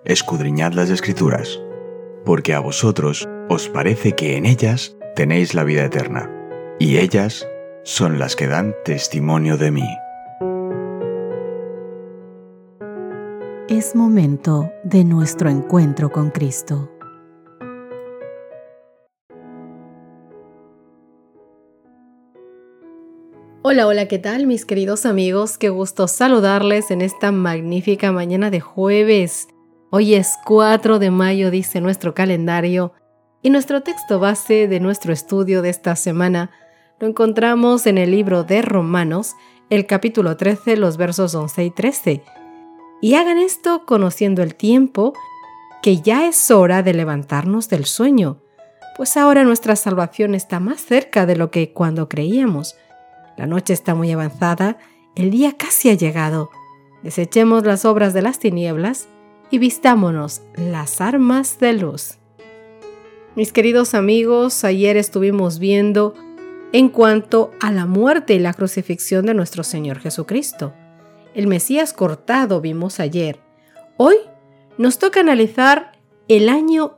escudriñad las Escrituras, porque a vosotros os parece que en ellas tenéis la vida eterna, y ellas son las que dan testimonio de mí. Es momento de nuestro encuentro con Cristo. Hola, ¿qué tal mis queridos amigos? Qué gusto saludarles en esta magnífica mañana de jueves. Hoy es 4 de mayo, dice nuestro calendario, y nuestro texto base de nuestro estudio de esta semana lo encontramos en el libro de Romanos, el capítulo 13, los versos 11 y 13. Y hagan esto conociendo el tiempo, que ya es hora de levantarnos del sueño, pues ahora nuestra salvación está más cerca de lo que cuando creíamos. La noche está muy avanzada, el día casi ha llegado. Desechemos las obras de las tinieblas y vistámonos las armas de luz. Mis queridos amigos, ayer estuvimos viendo en cuanto a la muerte y la crucifixión de nuestro Señor Jesucristo. El Mesías cortado vimos ayer. Hoy nos toca analizar el año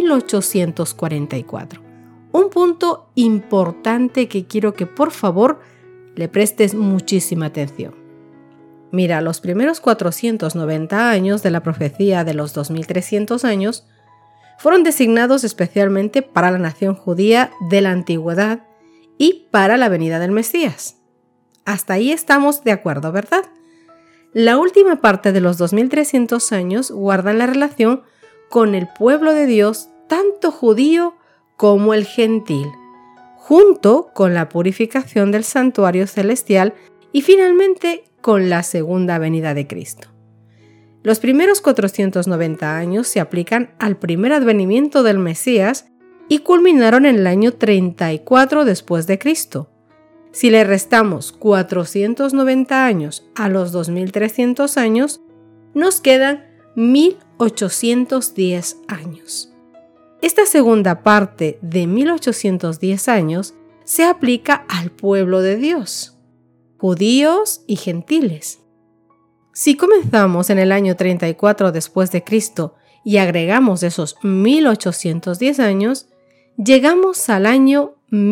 1844. Un punto importante que quiero que por favor le prestes muchísima atención. Mira, los primeros 490 años de la profecía de los 2300 años fueron designados especialmente para la nación judía de la antigüedad y para la venida del Mesías. Hasta ahí estamos de acuerdo, ¿verdad? La última parte de los 2300 años guardan la relación con el pueblo de Dios, tanto judío como el gentil, junto con la purificación del santuario celestial y finalmente con la segunda venida de Cristo. Los primeros 490 años se aplican al primer advenimiento del Mesías y culminaron en el año 34 después de Cristo. Si le restamos 490 años a los 2300 años, nos quedan 1810 años. Esta segunda parte de 1810 años se aplica al pueblo de Dios, judíos y gentiles. Si comenzamos en el año 34 después de Cristo y agregamos esos 1810 años, llegamos al año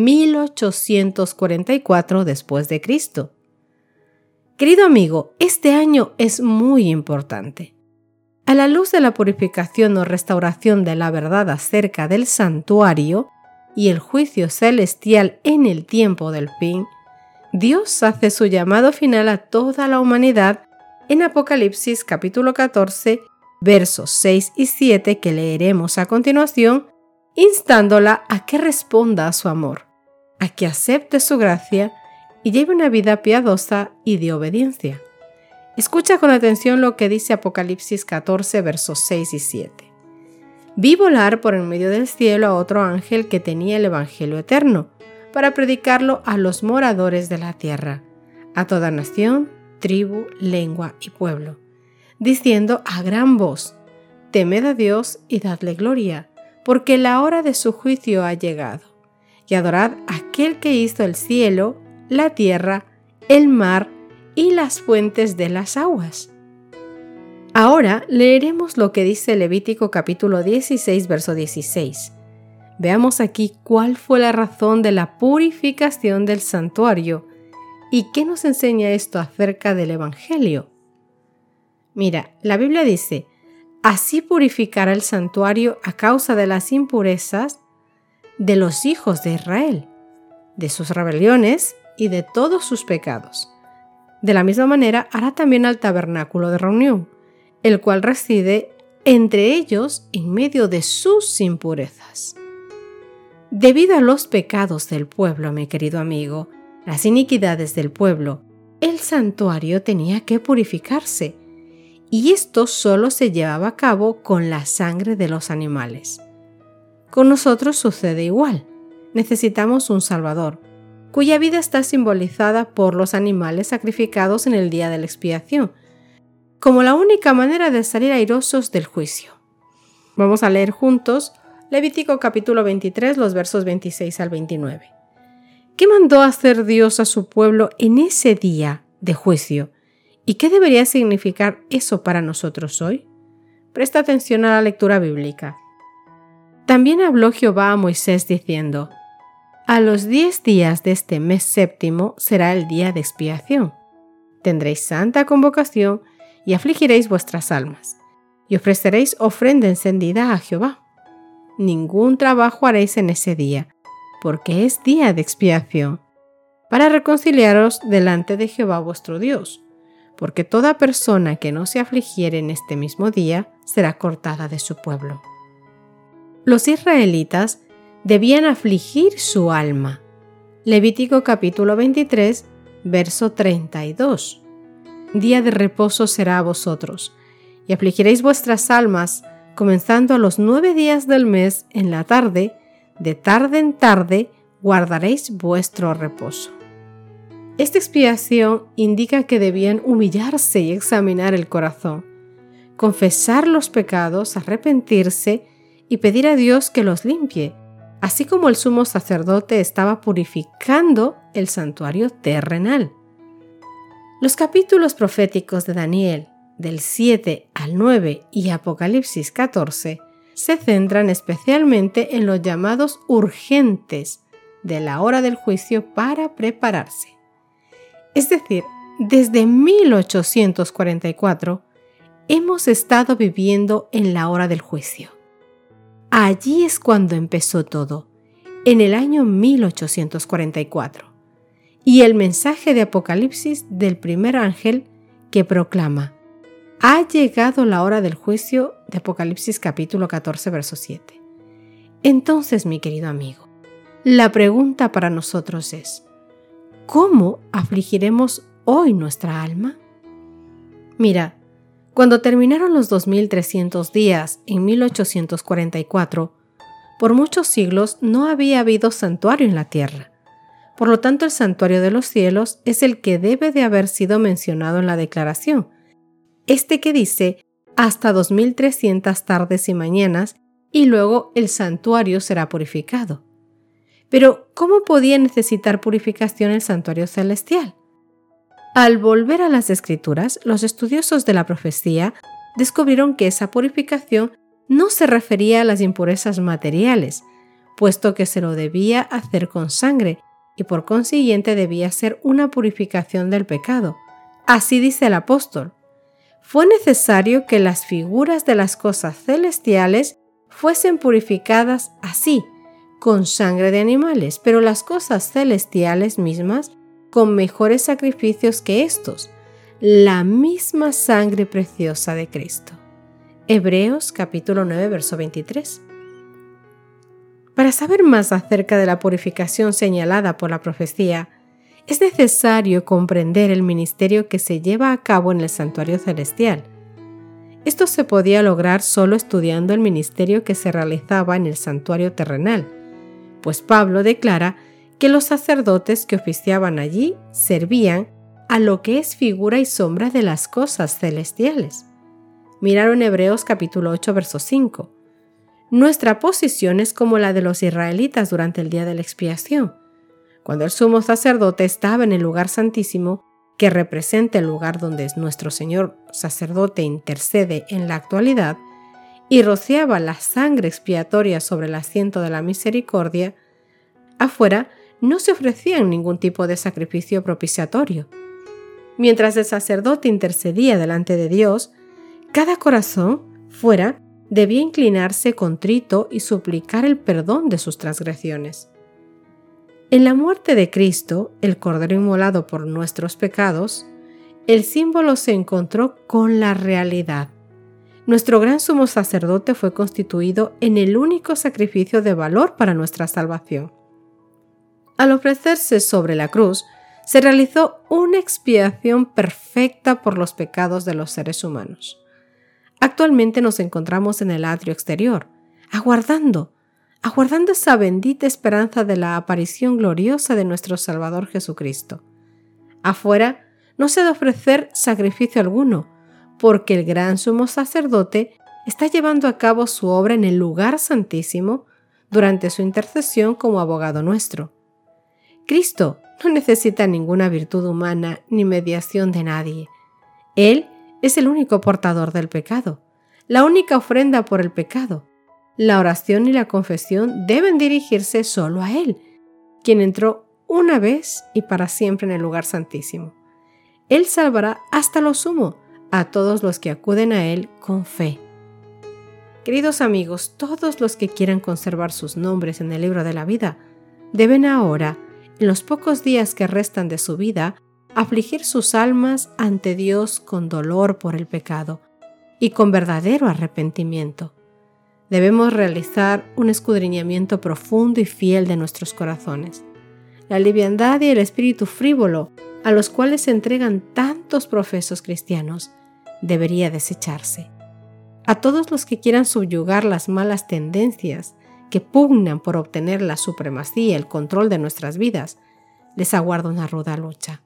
1844 después de Cristo. Querido amigo, este año es muy importante. A la luz de la purificación o restauración de la verdad acerca del santuario y el juicio celestial en el tiempo del fin, Dios hace su llamado final a toda la humanidad en Apocalipsis capítulo 14, versos 6 y 7 que leeremos a continuación, instándola a que responda a su amor, a que acepte su gracia y lleve una vida piadosa y de obediencia. Escucha con atención lo que dice Apocalipsis 14, versos 6 y 7. Vi volar por en medio del cielo a otro ángel que tenía el Evangelio eterno, para predicarlo a los moradores de la tierra, a toda nación, tribu, lengua y pueblo, diciendo a gran voz: temed a Dios y dadle gloria, porque la hora de su juicio ha llegado, y adorad a aquel que hizo el cielo, la tierra, el mar y las fuentes de las aguas. Ahora leeremos lo que dice Levítico capítulo 16, verso 16. Veamos aquí cuál fue la razón de la purificación del santuario y qué nos enseña esto acerca del Evangelio. Mira, la Biblia dice: así purificará el santuario a causa de las impurezas de los hijos de Israel, de sus rebeliones y de todos sus pecados. De la misma manera hará también al tabernáculo de reunión, el cual reside entre ellos en medio de sus impurezas. Debido a los pecados del pueblo, mi querido amigo, las iniquidades del pueblo, el santuario tenía que purificarse, y esto solo se llevaba a cabo con la sangre de los animales. Con nosotros sucede igual. Necesitamos un Salvador, cuya vida está simbolizada por los animales sacrificados en el día de la expiación, como la única manera de salir airosos del juicio. Vamos a leer juntos Levítico capítulo 23, los versos 26 al 29. ¿Qué mandó hacer Dios a su pueblo en ese día de juicio? ¿Y qué debería significar eso para nosotros hoy? Presta atención a la lectura bíblica. También habló Jehová a Moisés diciendo: a los 10 días de este mes séptimo será el día de expiación. Tendréis santa convocación y afligiréis vuestras almas, y ofreceréis ofrenda encendida a Jehová. Ningún trabajo haréis en ese día, porque es día de expiación, para reconciliaros delante de Jehová vuestro Dios, porque toda persona que no se afligiere en este mismo día será cortada de su pueblo. Los israelitas debían afligir su alma. Levítico capítulo 23, verso 32. Día de reposo será a vosotros, y afligiréis vuestras almas, comenzando a los 9 días del mes en la tarde, de tarde en tarde guardaréis vuestro reposo. Esta expiación indica que debían humillarse y examinar el corazón, confesar los pecados, arrepentirse y pedir a Dios que los limpie, así como el sumo sacerdote estaba purificando el santuario terrenal. Los capítulos proféticos de Daniel, del 7 al 9 y Apocalipsis 14, se centran especialmente en los llamados urgentes de la hora del juicio para prepararse. Es decir, desde 1844 hemos estado viviendo en la hora del juicio. Allí es cuando empezó todo, en el año 1844, y el mensaje de Apocalipsis del primer ángel que proclama: ha llegado la hora del juicio, de Apocalipsis capítulo 14, verso 7. Entonces, mi querido amigo, la pregunta para nosotros es: ¿cómo afligiremos hoy nuestra alma? Mira, cuando terminaron los 2300 días en 1844, por muchos siglos no había habido santuario en la tierra. Por lo tanto, el santuario de los cielos es el que debe de haber sido mencionado en la declaración. Este que dice: hasta 2300 tardes y mañanas, y luego el santuario será purificado. Pero, ¿cómo podía necesitar purificación el santuario celestial? Al volver a las Escrituras, los estudiosos de la profecía descubrieron que esa purificación no se refería a las impurezas materiales, puesto que se lo debía hacer con sangre y por consiguiente debía ser una purificación del pecado. Así dice el apóstol: fue necesario que las figuras de las cosas celestiales fuesen purificadas así, con sangre de animales, pero las cosas celestiales mismas con mejores sacrificios que estos, la misma sangre preciosa de Cristo. Hebreos capítulo 9, verso 23. Para saber más acerca de la purificación señalada por la profecía, es necesario comprender el ministerio que se lleva a cabo en el santuario celestial. Esto se podía lograr solo estudiando el ministerio que se realizaba en el santuario terrenal, pues Pablo declara que los sacerdotes que oficiaban allí servían a lo que es figura y sombra de las cosas celestiales. Miraron Hebreos capítulo 8, verso 5. Nuestra posición es como la de los israelitas durante el día de la expiación, cuando el sumo sacerdote estaba en el lugar santísimo, que representa el lugar donde nuestro Señor sacerdote intercede en la actualidad, y rociaba la sangre expiatoria sobre el asiento de la misericordia. Afuera no se ofrecían ningún tipo de sacrificio propiciatorio. Mientras el sacerdote intercedía delante de Dios, cada corazón fuera debía inclinarse contrito y suplicar el perdón de sus transgresiones. En la muerte de Cristo, el Cordero inmolado por nuestros pecados, el símbolo se encontró con la realidad. Nuestro gran sumo sacerdote fue constituido en el único sacrificio de valor para nuestra salvación. Al ofrecerse sobre la cruz, se realizó una expiación perfecta por los pecados de los seres humanos. Actualmente nos encontramos en el atrio exterior, aguardando esa bendita esperanza de la aparición gloriosa de nuestro Salvador Jesucristo. Afuera no se ha de ofrecer sacrificio alguno, porque el gran sumo sacerdote está llevando a cabo su obra en el lugar santísimo durante su intercesión como abogado nuestro. Cristo no necesita ninguna virtud humana ni mediación de nadie. Él es el único portador del pecado, la única ofrenda por el pecado. La oración y la confesión deben dirigirse solo a Él, quien entró una vez y para siempre en el lugar santísimo. Él salvará hasta lo sumo a todos los que acuden a Él con fe. Queridos amigos, todos los que quieran conservar sus nombres en el libro de la vida deben ahora, en los pocos días que restan de su vida, afligir sus almas ante Dios con dolor por el pecado y con verdadero arrepentimiento. Debemos realizar un escudriñamiento profundo y fiel de nuestros corazones. La liviandad y el espíritu frívolo a los cuales se entregan tantos profesos cristianos debería desecharse. A todos los que quieran subyugar las malas tendencias que pugnan por obtener la supremacía y el control de nuestras vidas, les aguarda una ruda lucha.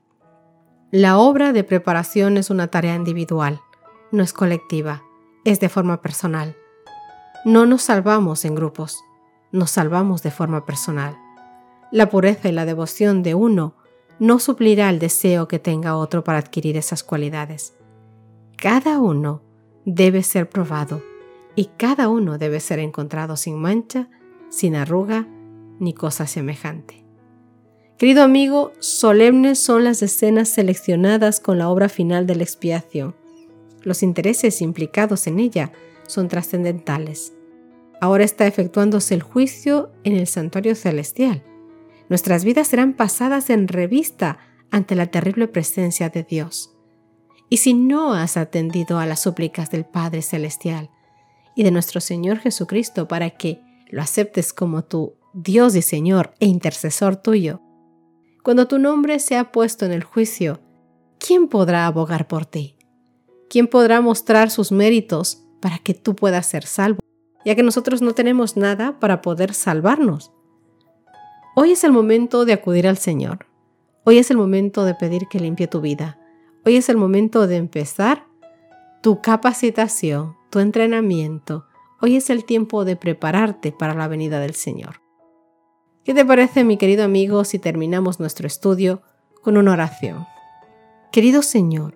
La obra de preparación es una tarea individual, no es colectiva, es de forma personal. No nos salvamos en grupos, nos salvamos de forma personal. La pureza y la devoción de uno no suplirá el deseo que tenga otro para adquirir esas cualidades. Cada uno debe ser probado y cada uno debe ser encontrado sin mancha, sin arruga ni cosa semejante. Querido amigo, solemnes son las escenas seleccionadas con la obra final de la expiación. Los intereses implicados en ella son trascendentales. Ahora está efectuándose el juicio en el santuario celestial. Nuestras vidas serán pasadas en revista ante la terrible presencia de Dios. Y si no has atendido a las súplicas del Padre Celestial y de nuestro Señor Jesucristo para que lo aceptes como tu Dios y Señor e intercesor tuyo, cuando tu nombre sea puesto en el juicio, ¿quién podrá abogar por ti? ¿Quién podrá mostrar sus méritos para que tú puedas ser salvo, ya que nosotros no tenemos nada para poder salvarnos? Hoy es el momento de acudir al Señor. Hoy es el momento de pedir que limpie tu vida. Hoy es el momento de empezar tu capacitación, tu entrenamiento. Hoy es el tiempo de prepararte para la venida del Señor. ¿Qué te parece, mi querido amigo, si terminamos nuestro estudio con una oración? Querido Señor,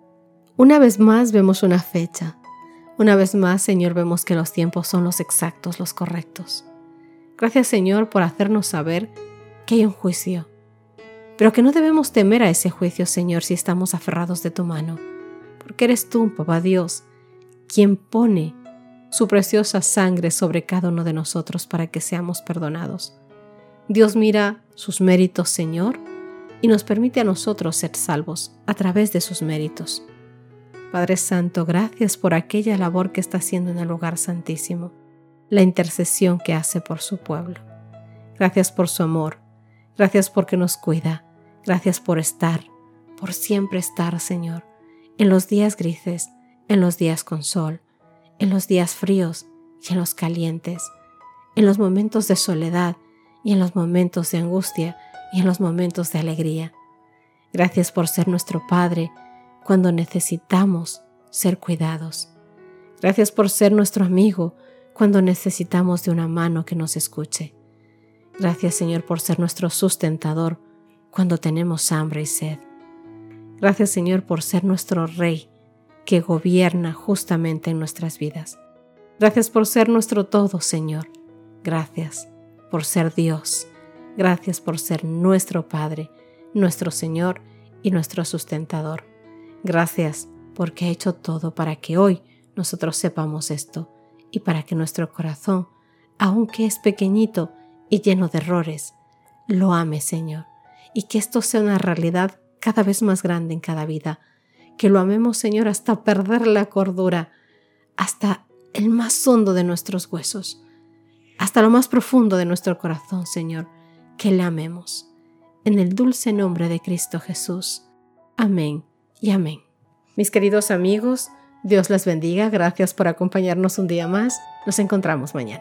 una vez más vemos una fecha. Una vez más, Señor, vemos que los tiempos son los exactos, los correctos. Gracias, Señor, por hacernos saber que hay un juicio, pero que no debemos temer a ese juicio, Señor, si estamos aferrados de tu mano, porque eres tú, Papá Dios, quien pone su preciosa sangre sobre cada uno de nosotros para que seamos perdonados. Dios mira sus méritos, Señor, y nos permite a nosotros ser salvos a través de sus méritos. Padre Santo, gracias por aquella labor que está haciendo en el lugar santísimo, la intercesión que hace por su pueblo. Gracias por su amor, gracias porque nos cuida, gracias por estar, por siempre estar, Señor, en los días grises, en los días con sol, en los días fríos y en los calientes, en los momentos de soledad y en los momentos de angustia y en los momentos de alegría. Gracias por ser nuestro Padre cuando necesitamos ser cuidados. Gracias por ser nuestro amigo cuando necesitamos de una mano que nos escuche. Gracias, Señor, por ser nuestro sustentador cuando tenemos hambre y sed. Gracias, Señor, por ser nuestro Rey que gobierna justamente en nuestras vidas. Gracias por ser nuestro todo, Señor. Gracias por ser Dios. Gracias por ser nuestro Padre, nuestro Señor y nuestro sustentador. Gracias porque ha hecho todo para que hoy nosotros sepamos esto y para que nuestro corazón, aunque es pequeñito y lleno de errores, lo ame, Señor, y que esto sea una realidad cada vez más grande en cada vida, que lo amemos, Señor, hasta perder la cordura, hasta el más hondo de nuestros huesos, hasta lo más profundo de nuestro corazón, Señor, que le amemos. En el dulce nombre de Cristo Jesús. Amén y amén. Mis queridos amigos, Dios les bendiga. Gracias por acompañarnos un día más. Nos encontramos mañana.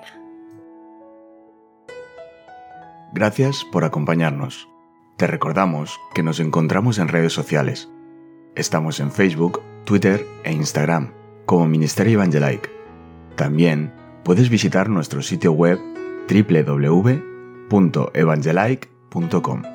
Gracias por acompañarnos. Te recordamos que nos encontramos en redes sociales. Estamos en Facebook, Twitter e Instagram como Ministerio Evangelike. También puedes visitar nuestro sitio web www.evangelike.com.